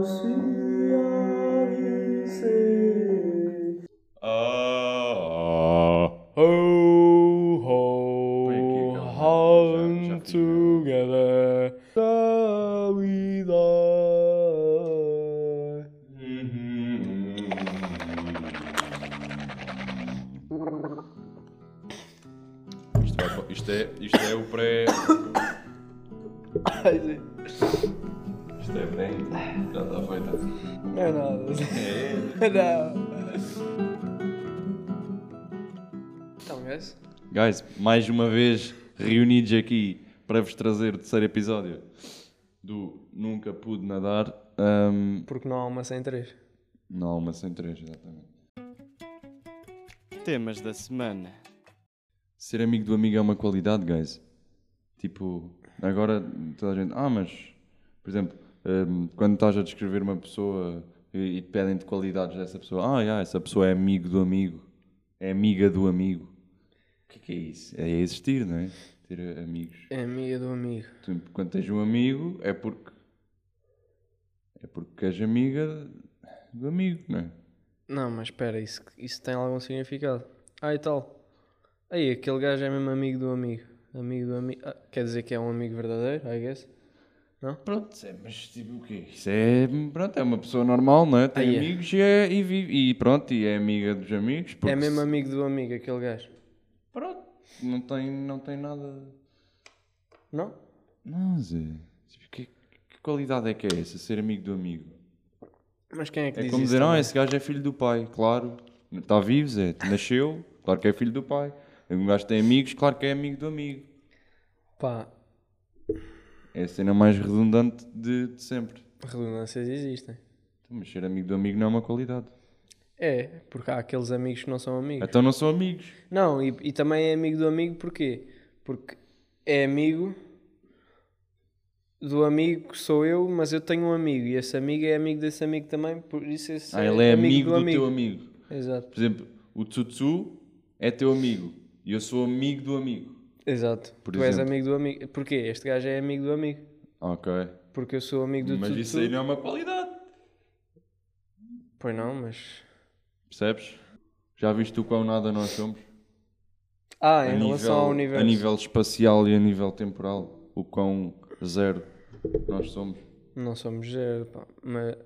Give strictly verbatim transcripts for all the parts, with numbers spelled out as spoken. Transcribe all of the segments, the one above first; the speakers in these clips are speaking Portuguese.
Ah, ho, ho, home together, shall we die? Isto, vai, isto, é, isto é o pré... Isto é pré... Já está feita. Não é nada. É. Não. Então, guys. Guys, mais uma vez reunidos aqui para vos trazer o terceiro episódio do Nunca Pude Nadar. Um, Porque não há uma sem três. não há uma sem três, exatamente. Temas da semana. Ser amigo do amigo é uma qualidade, guys. Tipo, agora toda a gente... Ah, mas, por exemplo, um, quando estás a descrever uma pessoa e, e te pedem-te qualidades dessa pessoa, ah, yeah, essa pessoa é amigo do amigo, é amiga do amigo. O que é que é isso? É existir, não é? Ter amigos. É amiga do amigo. Tu, quando tens um amigo, é porque... É porque és amiga do amigo, não é? Não, mas espera, isso, isso tem algum significado. Ah, e tal. Aí, aquele gajo é mesmo amigo do amigo. Amigo do amigo. Ah, quer dizer que é um amigo verdadeiro, I guess? Não? Pronto, é, mas tipo o quê? Isso é, pronto, é uma pessoa normal, não é? Tem Ah, é. amigos e, é, e vive, e pronto, e é amiga dos amigos. Porque É mesmo se- amigo do amigo, aquele gajo. Pronto, não tem, não tem nada... Não? Não, Zé, tipo, que, que qualidade é que é essa, ser amigo do amigo? Mas quem é que É diz como isso dizer, ah, também? esse gajo é filho do pai, claro, está vivo, Zé, nasceu, claro que é filho do pai. Um gajo tem amigos, claro que é amigo do amigo. Pá, É a cena mais redundante de, de sempre. redundâncias existem. Então, mas ser amigo do amigo não é uma qualidade. É, porque há aqueles amigos que não são amigos. Então não são amigos. Não, e, e também é amigo do amigo porquê? Porque é amigo do amigo que sou eu, mas eu tenho um amigo e esse amigo é amigo desse amigo também, por isso esse Ah, ele é amigo do, amigo. teu amigo. Exato, Por exemplo, o Tsutsu é teu amigo e eu sou amigo do amigo. exato. Por tu és exemplo. amigo do amigo. Porquê? Este gajo é amigo do amigo. Ok. Porque eu sou amigo do Mas Tutu. isso aí não é uma qualidade. Pois não, mas... Percebes? Já viste o quão nada nós somos? Ah, em relação ao universo. A nível espacial e a nível temporal. O quão zero nós somos. Não somos zero, pá. Mas...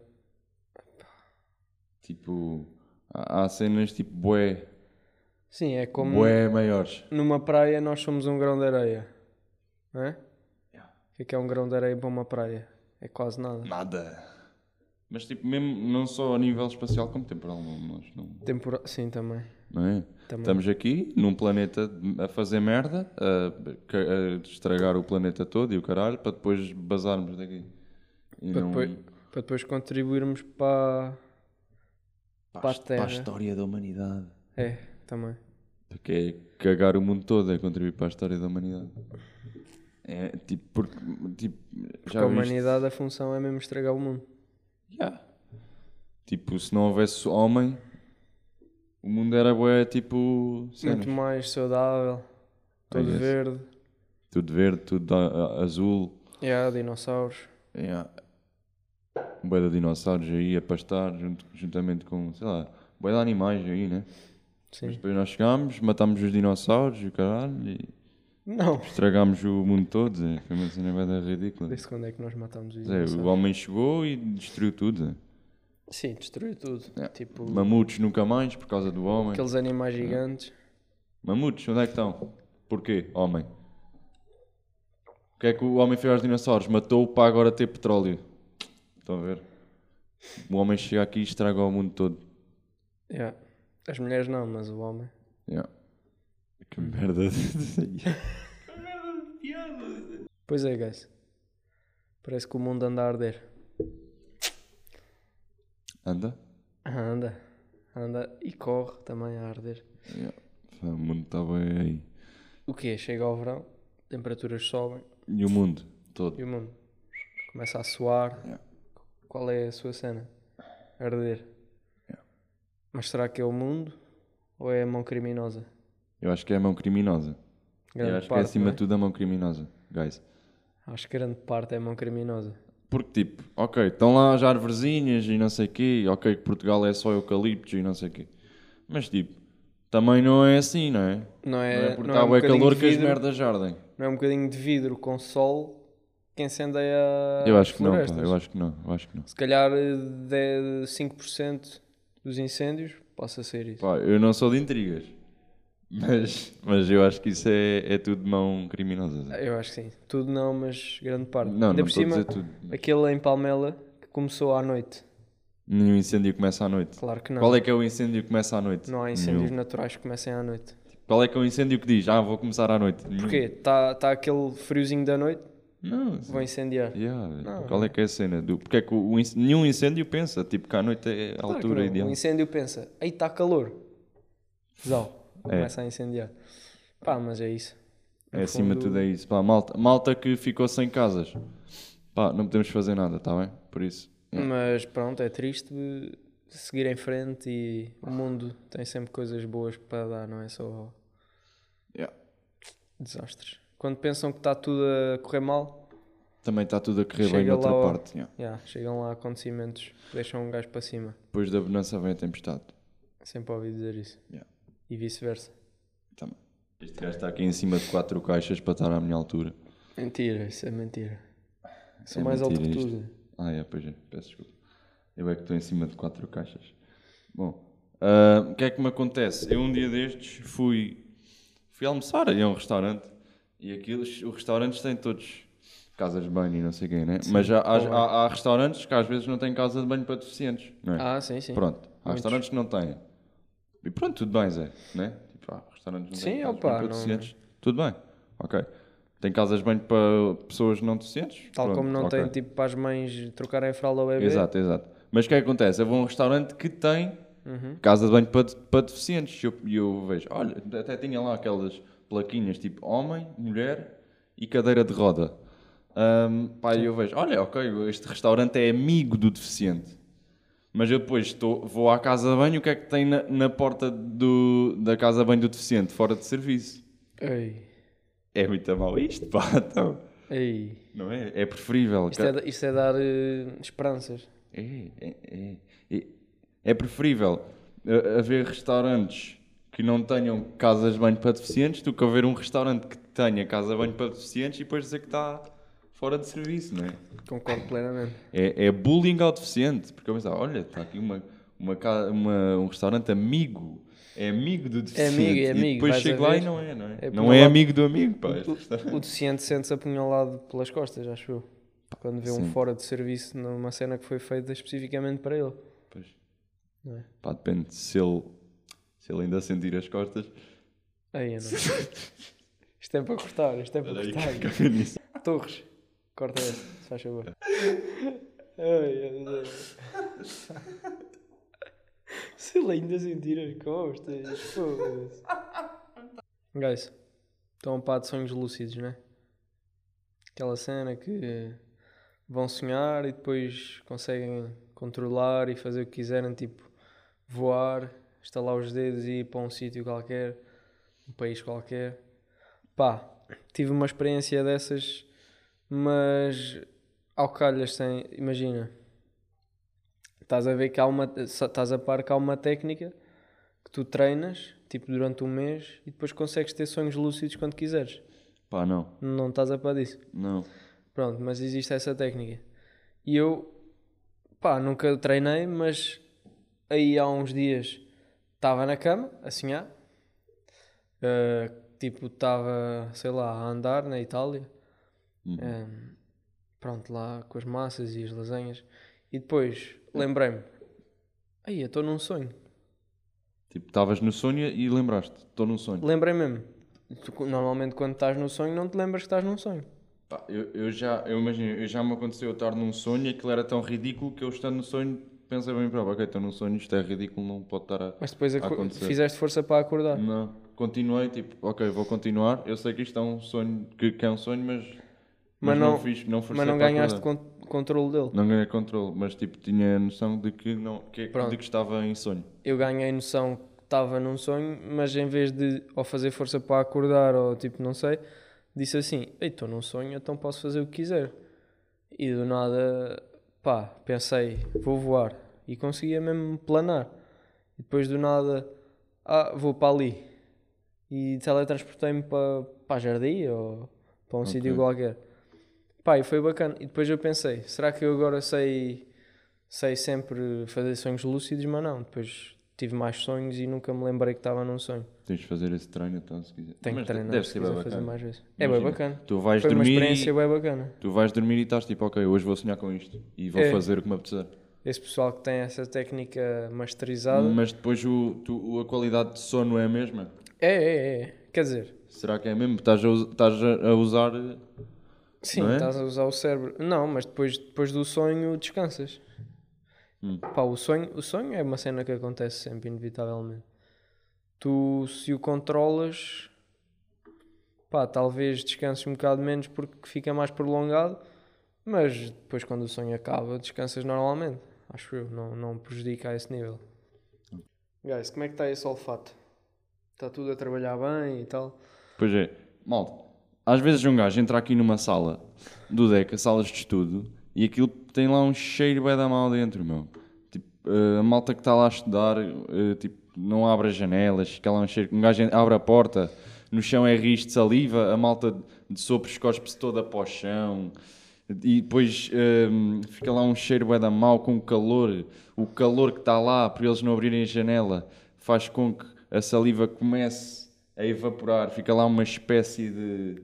Tipo, há, há cenas tipo bué, Sim, é como bué maiores. numa praia nós somos um grão de areia. Não é? O que é que é um grão de areia para uma praia? É quase nada. Nada. Mas tipo, mesmo não só a nível espacial como temporal, não, nós não, Tempora... Sim, também. não é? também. Estamos aqui num planeta a fazer merda, a, ca- a estragar o planeta todo e o caralho, para depois bazarmos daqui. E Para, não... depois, para depois contribuirmos para... para, para a a, Terra. para a história da humanidade. É, também. Porque é cagar o mundo todo, é contribuir para a história da humanidade. É tipo, porque, tipo Porque já a viste? humanidade, a função é mesmo estragar o mundo. Yeah. Tipo, se não houvesse homem, o mundo era bué, tipo, cenas. Muito mais saudável. Todo guess. verde. Tudo verde, tudo a- a- azul. E há dinossauros. Yeah. Bué de dinossauros aí a pastar, junto, juntamente com, sei lá, bué de animais aí, né? Mas Sim. depois nós chegámos, matámos os dinossauros e o caralho, e Não. estragámos o mundo todo, Zé. Foi uma cena bué de ridícula. Desde quando é que nós matamos os Zé, o dinossauros? homem chegou e destruiu tudo, Zé. Sim, destruiu tudo. Yeah. Tipo, Mamutos nunca mais, por causa do homem. aqueles animais gigantes. Mamutos, onde é que estão? Porquê, homem? O que é que o homem fez aos dinossauros? Matou-o para agora ter petróleo. Estão a ver? O homem chega aqui e estraga o mundo todo. Yeah. As mulheres não, mas o homem. Yeah. Que merda de... Pois é, guys. Parece que o mundo anda a arder. Anda? Ah, anda. Anda e corre também a arder. Yeah. O mundo está bem aí. O quê? Chega ao verão, temperaturas sobem E o mundo todo. e o mundo começa a suar. Yeah. Qual é a sua cena? Arder. Yeah. Mas será que é o mundo ou é a mão criminosa? Eu acho que é a mão criminosa. Grande Eu acho parte, que é acima não é? de tudo a mão criminosa, guys. Acho que grande parte é a mão criminosa. Porque, tipo, ok, estão lá as arvorezinhas e não sei o quê, ok, que Portugal é só eucaliptos e não sei o quê. Mas, tipo, também não é assim, não é? Não Não é é, porque não está é um bué bocadinho calor de que as vidro, merdas ardem. não é um bocadinho de vidro com sol que incendeia Eu as acho que não, pá, florestas. eu acho que não, eu acho que não. Se calhar de cinco por cento dos incêndios possa ser isso. Pá, eu não sou de intrigas, mas, mas eu acho que isso é, é tudo mão criminosa. Zé. Eu acho que sim. Tudo não, mas grande parte. Não, Ainda não por estou a cima, dizer tudo. mas aquele em Palmela que começou à noite. Nenhum incêndio começa à noite. Claro que não. Qual é que é o incêndio que começa à noite? Não há incêndios Nenhum. naturais que comecem à noite. Qual é que é o incêndio que diz, ah, vou começar à noite? Nenhum. Porquê? Está tá aquele friozinho da noite, Não, vão incendiar. yeah, Não, qual não. é que é a cena? Do, porque é que o, o inc- nenhum incêndio pensa, tipo que à noite é a Claro que altura não. ideal. O incêndio pensa, aí está calor. Zau. É. Começa a incendiar. Pá, mas é isso. No É acima de fundo, tudo é isso. Pá, malta, malta que ficou sem casas. Pá, não podemos fazer nada, está bem? Por isso. yeah. Mas pronto, é triste seguir em frente e o mundo tem sempre coisas boas para dar, não é só Yeah. desastres. Quando pensam que está tudo a correr mal, Também está tudo a correr bem Chega noutra lá ao- parte. yeah. yeah, chegam lá acontecimentos que deixam um gajo para cima. Depois da bonança vem a tempestade. Sempre ouvi dizer isso. Yeah. E vice-versa. Também. Este gajo está aqui em cima de quatro caixas para estar à minha altura. Mentira, isso é mentira. Sou É mais alto que mentira tu. Zé. Ah, é, pois é, peço desculpa. Eu é que estou em cima de quatro caixas. Bom, ah, o que é que me acontece? Eu um dia destes fui, fui almoçar aí a um restaurante e aqueles, os restaurantes têm todos casas de banho e não sei quem, né? Sim, Mas há, há, claro. há- há restaurantes que às vezes não têm casa de banho para deficientes, não é? Ah, sim, sim. Pronto, há Muitos. restaurantes que não têm. E pronto, tudo bem, Zé, né? Tipo, há restaurantes que não têm Sim, casas de opa, banho para não- deficientes, tudo bem, ok. Tem casas de banho para pessoas não deficientes? Tal Pronto, como não ok. tem tipo para as mães trocarem a fralda ao bebê. Exato, exato. Mas o que é que acontece? Eu vou a um restaurante que tem Uhum. casa de banho para, para deficientes. E eu, e eu vejo, olha, até tinha lá aquelas plaquinhas tipo homem, mulher e cadeira de roda. Ahm, pá, e eu vejo, olha, ok, este restaurante é amigo do deficiente. Mas eu depois estou, vou à casa de banho, o que é que tem na, na porta do, da casa de banho do deficiente? Fora de serviço. Ei, É muito mal isto, pá, então. ei. Não é? É preferível. Isto é, isto é dar eh, esperanças. É, é, é, é, é preferível uh, haver restaurantes que não tenham casas de banho para deficientes do que haver um restaurante que tenha casa de banho para deficientes e depois dizer que está fora de serviço, não é? Concordo plenamente. É, é bullying ao deficiente, porque eu pensava, olha, está aqui uma, uma, ca- uma- um restaurante amigo, é amigo do deficiente, amigo, é e amigo, depois vais chego a lá ver. e não é, não é? É não por é lá- amigo do amigo, pá, este restaurante. O, o deficiente sente-se apunhalado pelas costas, acho eu. Quando vê um Sim. fora de serviço numa cena que foi feita especificamente para ele. Pois. Não é? Pá, depende, se ele, se ele ainda sentir as costas... Aí, eu não. Isto é para cortar, isto é para Olha aí, cortar. caga nisso. Torres, corta essa, se faz favor. Ai, meu Deus. Se ele ainda sentir as costas, foda-se. Guys, estão a par de sonhos lúcidos, não é? Aquela cena que vão sonhar e depois conseguem controlar e fazer o que quiserem, tipo voar, estalar os dedos e ir para um sítio qualquer, um país qualquer. Pá, tive uma experiência dessas, mas ao calhas sem. Imagina, estás a ver que há uma. Estás a par que há uma técnica que tu treinas, tipo durante um mês, e depois consegues ter sonhos lúcidos quando quiseres. Pá, não, Não estás a par disso. não. Pronto, mas existe essa técnica. E eu, pá, nunca treinei, mas aí há uns dias estava na cama a sonhar. Uh, tipo, estava, sei lá, a andar na Itália. Uhum. Um, pronto, lá com as massas e as lasanhas. E depois lembrei-me: aí, eu estou num sonho. Tipo, estavas no sonho e lembraste, estou num sonho. Lembrei mesmo. Tu, normalmente, quando estás no sonho, não te lembras que estás num sonho. Pá, eu, eu já, eu imagino, eu já me aconteceu eu estar num sonho e aquilo era tão ridículo que eu estando no sonho pensei bem para ok, estou num sonho, isto é ridículo, não pode estar a... Mas depois a aco- acontecer. fizeste força para acordar. Não, continuei, tipo, ok, vou continuar, eu sei que isto é um sonho, que, que é um sonho, mas, mas, Mas não, não- fiz, não forcei Mas não para ganhaste acordar. con- controle dele. Não ganhei controle, mas tipo, tinha a noção de que, não, que, Pronto. de que estava em sonho. Eu ganhei noção que estava num sonho, mas em vez de ou fazer força para acordar ou tipo, não sei, disse assim: ei, estou num sonho, então posso fazer o que quiser. E do nada, pá, pensei, vou voar. E conseguia mesmo planar. E depois do nada, ah, vou para ali. E teletransportei-me para, para a Jardim ou para um Ok. sítio qualquer. Pá, e foi bacana. E depois eu pensei, será que eu agora sei, sei sempre fazer sonhos lúcidos? Mas não, depois tive mais sonhos e nunca me lembrei que estava num sonho. Tens de fazer esse treino então, se quiser. Tenho Mas que treinar deve se ser bem quiser fazer bacana. mais vezes. É bem Imagina, bacana. Tu vais Foi uma dormir experiência e... bem bacana. Tu vais dormir e estás tipo, ok, hoje vou sonhar com isto. E vou É. fazer o que me apetecer. Esse pessoal que tem essa técnica masterizada. Mas depois o, tu, a qualidade de sono é a mesma? É, é, é. Quer dizer, Será que é mesmo? Estás a, us- estás a a usar... sim, Não é? estás a usar o cérebro. Não, mas depois, depois do sonho descansas. Hum. Pá, o sonho, o sonho é uma cena que acontece sempre, inevitavelmente. Tu, se o controlas, pá, talvez descanses um bocado menos porque fica mais prolongado, mas depois quando o sonho acaba, descansas normalmente. Acho eu, não, não prejudica a esse nível. Guys, como é que está esse olfato? Está tudo a trabalhar bem e tal? Pois é. Malta, às vezes um gajo entra aqui numa sala do DECA, salas de estudo, e aquilo tem lá um cheiro bué da mal dentro, meu. Tipo, eh, a malta que está lá a estudar, eh, tipo, não abre as janelas, fica lá um cheiro. Um gajo abre a porta, no chão é rios de saliva, a malta de sopro cospe-se toda para o chão. E depois hum, fica lá um cheiro bué da mau com o calor. O calor que está lá, por eles não abrirem a janela, faz com que a saliva comece a evaporar. Fica lá uma espécie de...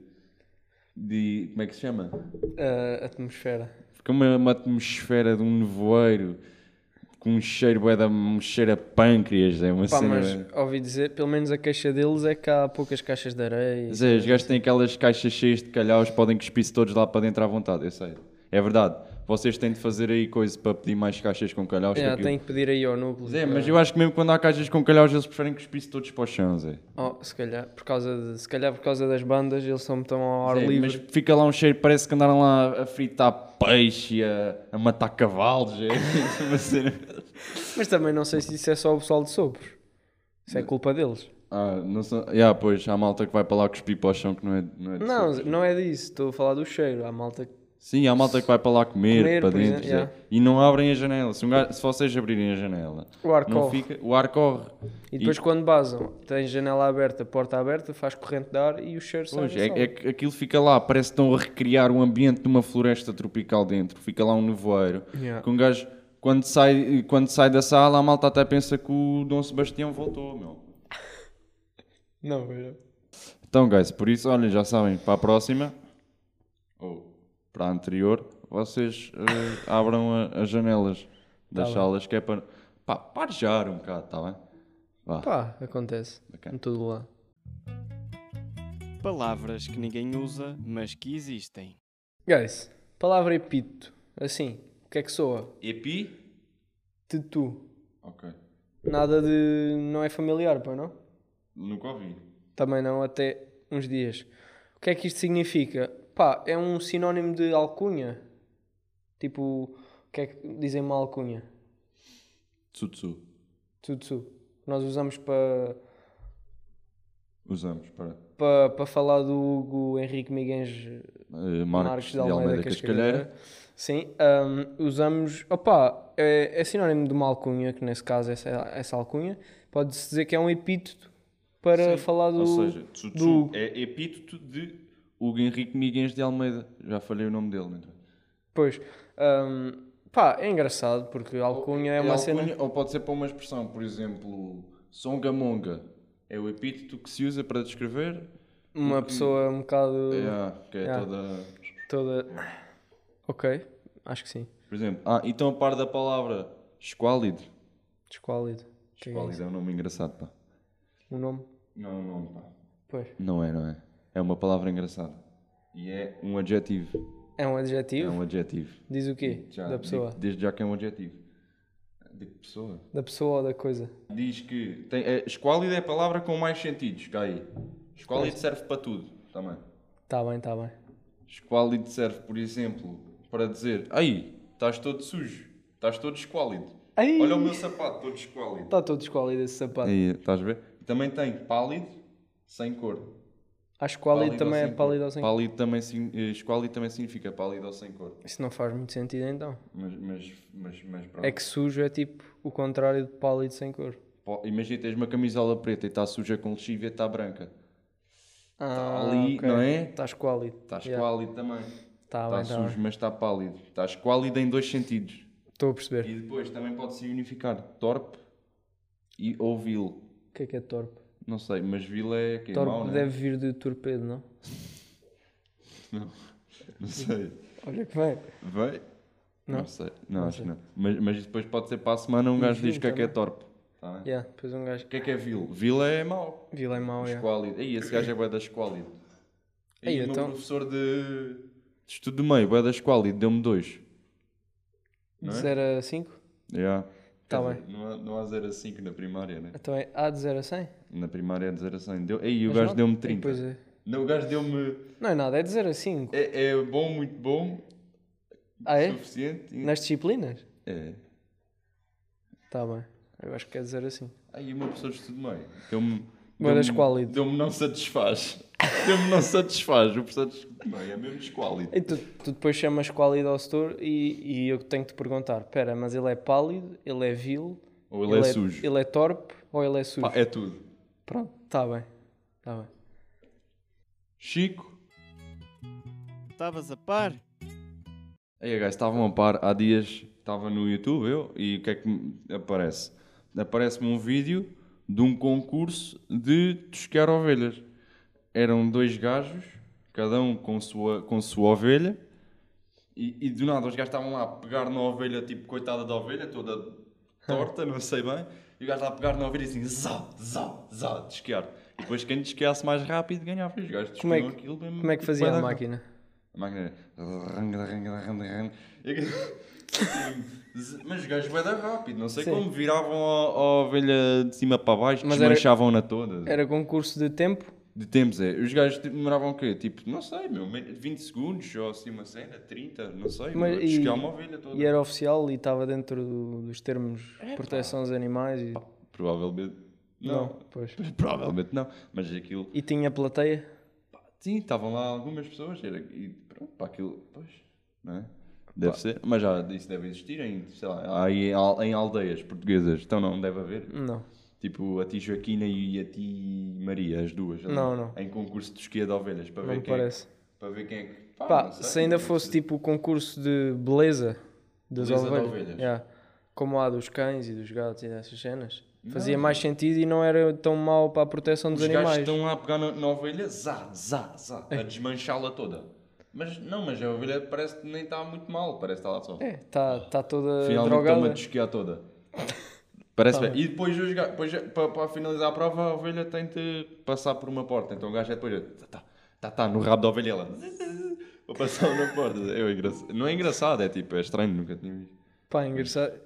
de como é que se chama? A atmosfera. Fica uma, uma atmosfera de um nevoeiro com um cheiro bué da... um cheiro a pâncreas. É uma Pá, cena... mas ouvi dizer, pelo menos a queixa deles é que há poucas caixas de areia. Mas é, os gajos têm aquelas caixas cheias de calhaus, podem cuspir-se todos lá para dentro à vontade, eu sei. É verdade. Vocês têm de fazer aí coisa para pedir mais caixas com calhaus. É, que aquilo- tem que pedir aí ao núcleo. Zé, para- mas eu acho que mesmo quando há caixas com calhaus eles preferem cuspir-se todos para o chão, Zé. Oh, se calhar, por causa de, se calhar por causa das bandas, eles são tão ao ar Zé, livre. mas fica lá um cheiro, parece que andaram lá a fritar peixe e a, a matar cavalos. É uma cena. Mas também não sei se isso é só o pessoal de sopros. Isso é culpa deles. Ah, não sei. Yeah, pois, há malta que vai para lá cuspir para o chão que não é, não é de Não, sopros. não é disso. Estou a falar do cheiro. Há malta que... Sim, há malta que vai para lá comer, Comer, para por dentro, exemplo, Zé. yeah. E não abrem a janela. Se, um gajo- se vocês abrirem a janela, O ar não corre. fica, o ar corre. E depois quando basam, tens janela aberta, porta aberta, faz corrente de ar e o cheiro sai. Pois, da é, sala. é que aquilo fica lá, parece que estão a recriar um ambiente de uma floresta tropical dentro. Fica lá um nevoeiro. Yeah. Que um gajo, quando sai, quando sai da sala, a malta até pensa que o Dom Sebastião voltou, meu. Não, velho. Então, guys, por isso, olha, já sabem, para a próxima, ou para a anterior, vocês eh, abram a- as janelas das bem. salas, que é para, pá, parejar um bocado, está bem? Vá, Pá, acontece. bacana. Em todo lado. Palavras que ninguém usa, mas que existem. Guys, palavra epíteto. Assim, o que é que soa? Epi? De tu. Ok. Nada de... não é familiar, pois não? Nunca ouvi. Também não, até uns dias. O que é que isto significa? Pá, é um sinónimo de alcunha. Tipo, o que é que dizem uma alcunha? Tsutsu. Tutsu. Nós usamos para Usamos para para para falar do Hugo Henrique Miguel eh, Marcos, de Almeida Cascalheira. Sim, hum, usamos. Opa, é, é sinónimo de uma alcunha, que nesse caso essa, essa alcunha. Pode-se dizer que é um epíteto para Sim, falar do. Ou seja, Tsutsu do- é epíteto de Hugo Henrique Miguel de Almeida. Já falei o nome dele, não é? Pois. hum, pá, é engraçado porque alcunha é uma alcunha, cena. Ou pode ser para uma expressão, por exemplo, songamonga. É o epíteto que se usa para descrever Uma pessoa um bocado. é, que é Yeah. toda... toda. Ok, acho que sim. Por exemplo, ah, então a par da palavra esquálido. Esquálido. Que é Esquálido isso? é um nome engraçado, pá. O nome? Não é um nome, pá. Pois. Não é, não é. É uma palavra engraçada. E é um adjetivo. É um É adjetivo? um adjetivo. Diz o quê? Já, da pessoa? digo- desde já que é um adjetivo. De que pessoa? Da pessoa ou da coisa? Diz que tem, é, esquálido é a palavra com mais sentidos, cá aí. Esquálido serve para tudo, também. Tá bem, tá bem. Esquálido serve, por exemplo, para dizer: aí, estás todo sujo, estás todo esquálido. Ai! Olha o meu sapato, todo esquálido. Está todo esquálido esse sapato. Aí, estás a ver? E também tem pálido, sem cor. Acho que quálido Pálido também ou é sem pálido cor. ou sem cor. Pálido também, sign- eh, esquálido também significa pálido ou sem cor. Isso não faz muito sentido então. Mas, mas, mas, mas pronto. É que sujo é tipo o contrário de pálido sem cor. Pó- Imagina, tens uma camisola preta e está suja com lexívia e está branca. Ah, ali, ok. não é? Está esquálido. Está Yeah. esquálido também. Tá Está bem, tá sujo, bem. mas está pálido. Está esquálido em dois sentidos. Estou a perceber. E depois também pode se unificar torpe e ou vil. O que é que é torpe? Não sei, mas vil é que é Torpe mau, não é? deve vir de torpedo, não? Não, não sei. Olha que bem. Vai? Não, Não? sei. Não, Não acho sei. que não. Mas, mas depois pode ser para a semana um E gajo vil diz o que é que é também. torpe. Tá bem? Yeah, depois um gajo. O que é que é vil? Vil é mau. Vila é mau, yeah. Esquálido. Ei, esse gajo é bué da esquálido. Ei, E o meu então- professor de, de estudo de meio, bué da esquálido, deu-me dois. Não é? De zero a cinco? Yeah. Tá Quer bem. dizer, Não há, não há zero a cinco na primária, né? Então é A de zero a cem? Na primária é de zero a cem. Deu... Ei, o Mas gajo não- deu-me e trinta. depois é... Não, o gajo deu-me... Não é nada, é de zero a cinco. É, é bom, muito bom. Ah, é? Suficiente. e- Nas disciplinas? É. Tá bem. Eu acho que é de zero a cinco. Aí o meu professor de estudo de meio deu-me... Bué da deu-me- esquálido. Deu-me não satisfaz. Deu-me não satisfaz. O professor de estudo de meio é mesmo esquálido. E tu, tu depois chamas quálido ao setor e, e eu tenho que te perguntar: pera, mas ele é pálido, ele é vil, Ou ele, é sujo. ele é torpe ou ele é sujo? Pá, é tudo. Pronto, tá bem. Tá bem. Chico. Estavas a par? Aí, guys, estavam a par. Há dias estava no YouTube eu e o que é que me aparece? Aparece-me um vídeo de um concurso de tosquear ovelhas. Eram dois gajos, cada um com sua, com sua ovelha, e, e do nada os gajos estavam lá a pegar na ovelha, tipo, coitada da ovelha, toda torta, não sei bem, e o gajo lá a pegar na ovelha e assim, zá, zá, zá, tosquear. E depois quem tosqueasse mais rápido ganhava. Os gajos Como é tosquiam que- aquilo mesmo. Como é que fazia bué a da máquina? a máquina era... Mas os gajos bué da rápido, não sei Sim. como viravam a, a ovelha de cima para baixo, Mas era- desmanchavam-na toda. Era concurso de tempo? De tempos, é. Os gajos tipo, demoravam o quê? Tipo, não sei, meu, vinte segundos ou assim uma cena, trinta, não sei, Mas, meu, e, desfiar uma ovelha toda. e era oficial e estava dentro do- dos termos de proteção dos animais? E... Provavelmente não. pois. Provavelmente não, mas aquilo... E tinha plateia? Sim, estavam lá algumas pessoas era, e pronto, para aquilo, pois, não é? Deve ser, mas já isso deve existir em, sei lá, aí em al- em aldeias portuguesas, então não deve haver. Não. Tipo a ti Joaquina e a ti Maria, as duas, ali, Não, não. em concurso de esquia de ovelhas, para Não ver me quem é que- parece. para ver quem é que... Pá, Pá, não sei, se ainda deve fosse ser. tipo o concurso de beleza das Beleza de ovelhas, ovelhas. yeah, como há dos cães e dos gatos e dessas cenas, Não. fazia mais sentido e não era tão mau para a proteção dos Os gajos animais. estão lá a pegar na, na ovelha, zá, zá, zá, a desmanchá-la toda. Mas não, mas a ovelha parece que nem está muito mal, parece que está lá só. É, está tá toda Finalmente drogada. estão-me a desquiar toda. Parece Tá bem. E depois, os gajos, depois para, para finalizar a prova, a ovelha tem de passar por uma porta. Então o gajo é depois, tá, tá, tá, no rabo da ovelha ela. Vou passar na porta. É engraçado. Não é engraçado, é tipo, é estranho, nunca tinha visto. Pá, engraçado.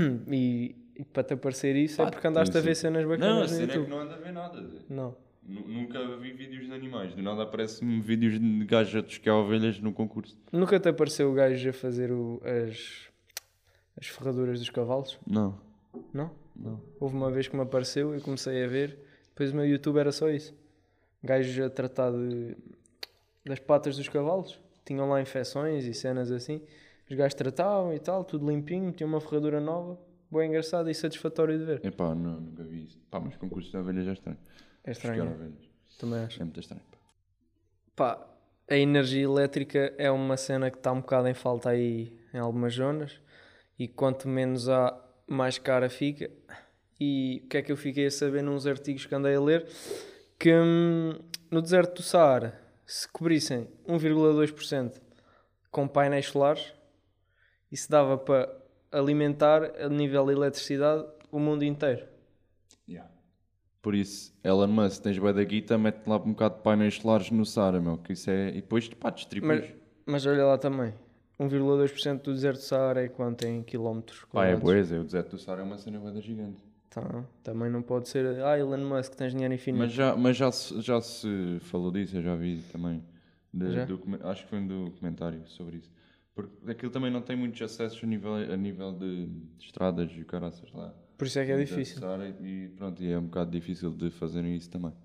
E, e para te aparecer isso é Pá, porque andaste a tem ver sim. cenas Não, a bacanas no cena é que YouTube. não anda a ver nada. Não. Nu- Nunca vi vídeos de animais. Do nada aparecem-me vídeos de gajos a tosquear ovelhas no concurso. Nunca te apareceu o gajo a fazer o- as, as ferraduras dos cavalos? Não, Não? não. Houve uma vez que me apareceu, eu comecei a ver, depois o meu YouTube era só isso. Gajos a tratar de, das patas dos cavalos, tinham lá infecções e cenas assim. Os gajos tratavam e tal, tudo limpinho, tinham uma ferradura nova, bem engraçado e satisfatório de ver. Epá, não, nunca vi isso. Pá, mas concurso de ovelhas é estranho. É Tosquear estranho, ovelhas. também acho. É muito estranho. Pá. Pá, a energia elétrica é uma cena que está um bocado em falta aí em algumas zonas e quanto menos há, mais cara fica. E o que é que eu fiquei a saber nos artigos que andei a ler? Que hum, no deserto do Saara, se cobrissem um vírgula dois por cento com painéis solares, isso dava para alimentar a nível de eletricidade o mundo inteiro. Yeah. Por isso, Elon Musk, tens bué da guita, mete lá um bocado de painéis solares no Saara, meu, que isso é... E depois, pá, distribuis. Mas, mas olha lá também, um vírgula dois por cento do deserto do Saara é quanto em quilómetros Pá, é quadrados? bué, é, o deserto do Saara é uma cena bué da gigante. Então, também não pode ser, ah, Elon Musk, tens dinheiro infinito. Mas já, mas já, se, já se falou disso, eu já vi também. De, Já? documen- acho que foi um documentário sobre isso. Porque aquilo também não tem muitos acessos a nível, a nível de, de estradas e o caraças lá. Por isso é que é No difícil. deserto do Saara, E pronto, e é um bocado difícil de fazerem isso também.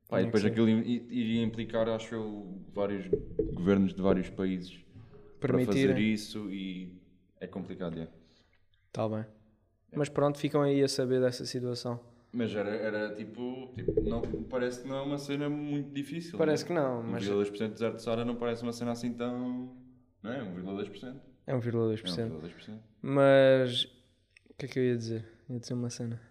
Pá, e Tinha depois que ser. aquilo i- iria implicar, acho eu, vários governos de vários países para fazer Permitirem. isso e é complicado, é. Tá bem. Mas pronto, ficam aí a saber dessa situação. Mas era, era tipo, tipo não, parece que não é uma cena muito difícil. Parece né? que não, um mas vírgula dois por cento de deserto de Sara não parece uma cena assim tão... Não é? um vírgula dois por cento. é um vírgula dois por É um cento. vírgula dois por cento. Mas o que é que eu ia dizer? Ia dizer uma cena.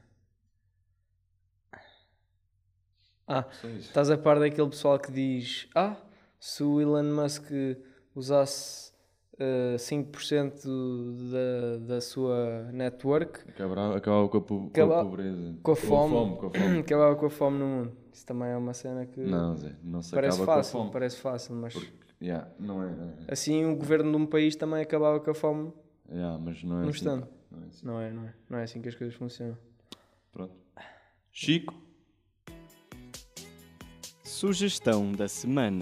Ah, Só isso. estás a par daquele pessoal que diz: Ah, se o Elon Musk usasse uh, cinco por cento da, da sua network, Acabava, acabava com a, po- com a Acaba- pobreza. com a fome, com a fome. acabava com a fome no mundo. Isso também é uma cena que Não, Zé, não se parece acaba fácil, com a fome. parece fácil, mas Porque, yeah, não é, não é. assim o governo de um país também acabava com a fome Yeah, mas não é num assim. instante. pá, Não é assim. Não é, não é? Não é assim que as coisas funcionam. Pronto. Chico. Sugestão da semana.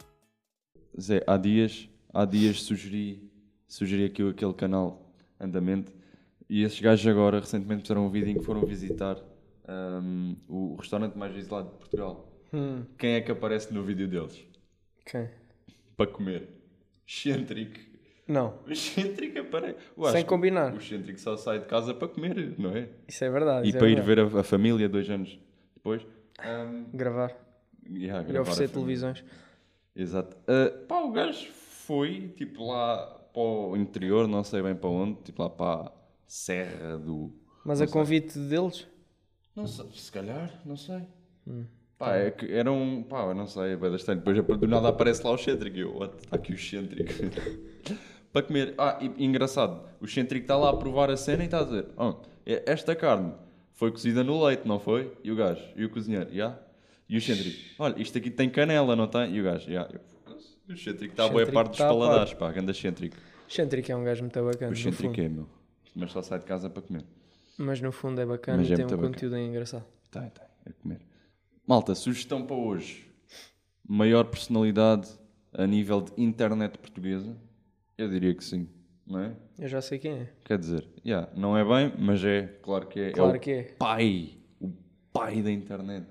Zé, há dias, há dias sugeri, sugeri aqui aquele canal Andamento e esses gajos agora recentemente fizeram um vídeo em que foram visitar hum, o restaurante mais isolado de Portugal. Hum, Quem é que aparece no vídeo deles? quem? Para comer. Excêntrico. Não, O excêntrico aparece. Eu acho sem que combinar. O excêntrico só sai de casa para comer, não é? Isso é verdade. E isso é para ir verdade. ver a, a família dois anos depois. hum, Gravar yeah, e gravar a oferecer família. televisões. Exato. Uh, pá, o gajo foi, tipo, lá para o interior, não sei bem para onde, tipo lá para a Serra do... Mas não a sei. convite deles? Não sei, se calhar, não sei. Hum. Pá, é que era um... Pá, eu não sei, é bem estranho. Depois do nada aparece lá o excêntrico. Eu, what? Está aqui o excêntrico. Para comer. Ah, e, engraçado, o excêntrico está lá a provar a cena e está a dizer, oh, esta carne foi cozida no leite, não foi? E o gajo, e o cozinheiro, já? Yeah? E o excêntrico, olha, isto aqui tem canela, não tem? E o gajo, já. Yeah. O excêntrico está a boa Excêntrico parte dos tá a par. paladares, pá, ganda excêntrico. Excêntrico é um gajo muito bacana. O no excêntrico fundo. é, meu. Mas só sai de casa para comer. Mas no fundo é bacana Mas e é tem um muito bacana. conteúdo aí engraçado. Tem, tem, é comer. Malta, sugestão para hoje. Maior personalidade a nível de internet portuguesa? Eu diria que sim, não é? Eu já sei quem é. Quer dizer, yeah, não é bem, mas é, claro que é. Claro é o que é. pai, o pai da internet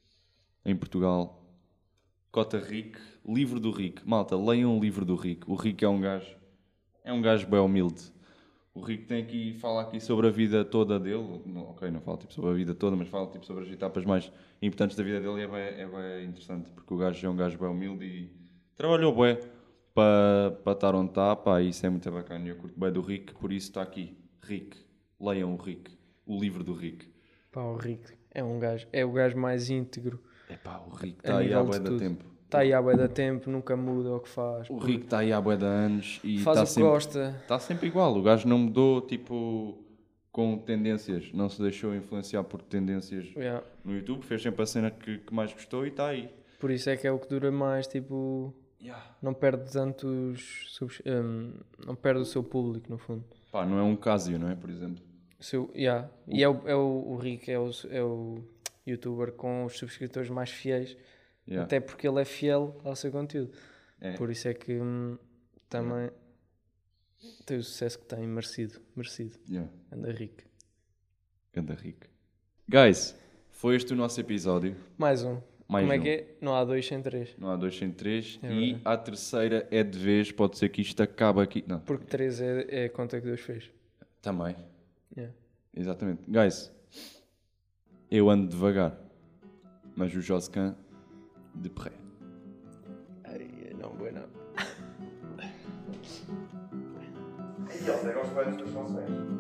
em Portugal. Cota Rick, livro do Rick. Malta, leiam o livro do Rick. O Rick é um gajo, é um gajo bem humilde. O Rick tem aqui, fala aqui sobre a vida toda dele. Não, ok, não fala tipo sobre a vida toda, mas fala tipo sobre as etapas mais importantes da vida dele e é bem, é bem interessante, porque o gajo é um gajo bem humilde e trabalhou bem para, para estar onde está, pá, isso é muito bacana. Eu curto bem do Rick, por isso está aqui. Rick, leiam o Rick, o livro do Rick. Pá, o Rick é um gajo, é o gajo mais íntegro. É pá, o Rick A está aí nível há de bué da tudo. tempo. Está aí há bué da tempo, nunca muda o que faz. O Rick está aí há bué de anos e Faz está o que sempre, gosta. está sempre igual. O gajo não mudou, tipo, com tendências. Não se deixou influenciar por tendências Yeah. no YouTube. Fez sempre a cena que, que mais gostou e está aí. Por isso é que é o que dura mais, tipo, Yeah. não perde tantos, subs- hum, não perde o seu público no fundo. Pá, não é um Casio, não é? Por exemplo. O seu, yeah. E é o, é o, o Rick, é o, é o youtuber com os subscritores mais fiéis, Yeah. até porque ele é fiel ao seu conteúdo. É. Por isso é que hum, também tem o sucesso que tem, merecido, merecido. Yeah. Anda Rick. Ganda Rick. Guys, foi este o nosso episódio. Mais um. Mais Como é um. que é? Não há dois sem três. Não há dois sem três. É e verdade. a terceira é de vez. Pode ser que isto acabe aqui. Não. Porque três é, é a conta que Deus fez. Também. Yeah. Exatamente. Guys, eu ando devagar. Mas o Joscan de pré. Ai, não, bueno. E ele gosta bem das tuas canções.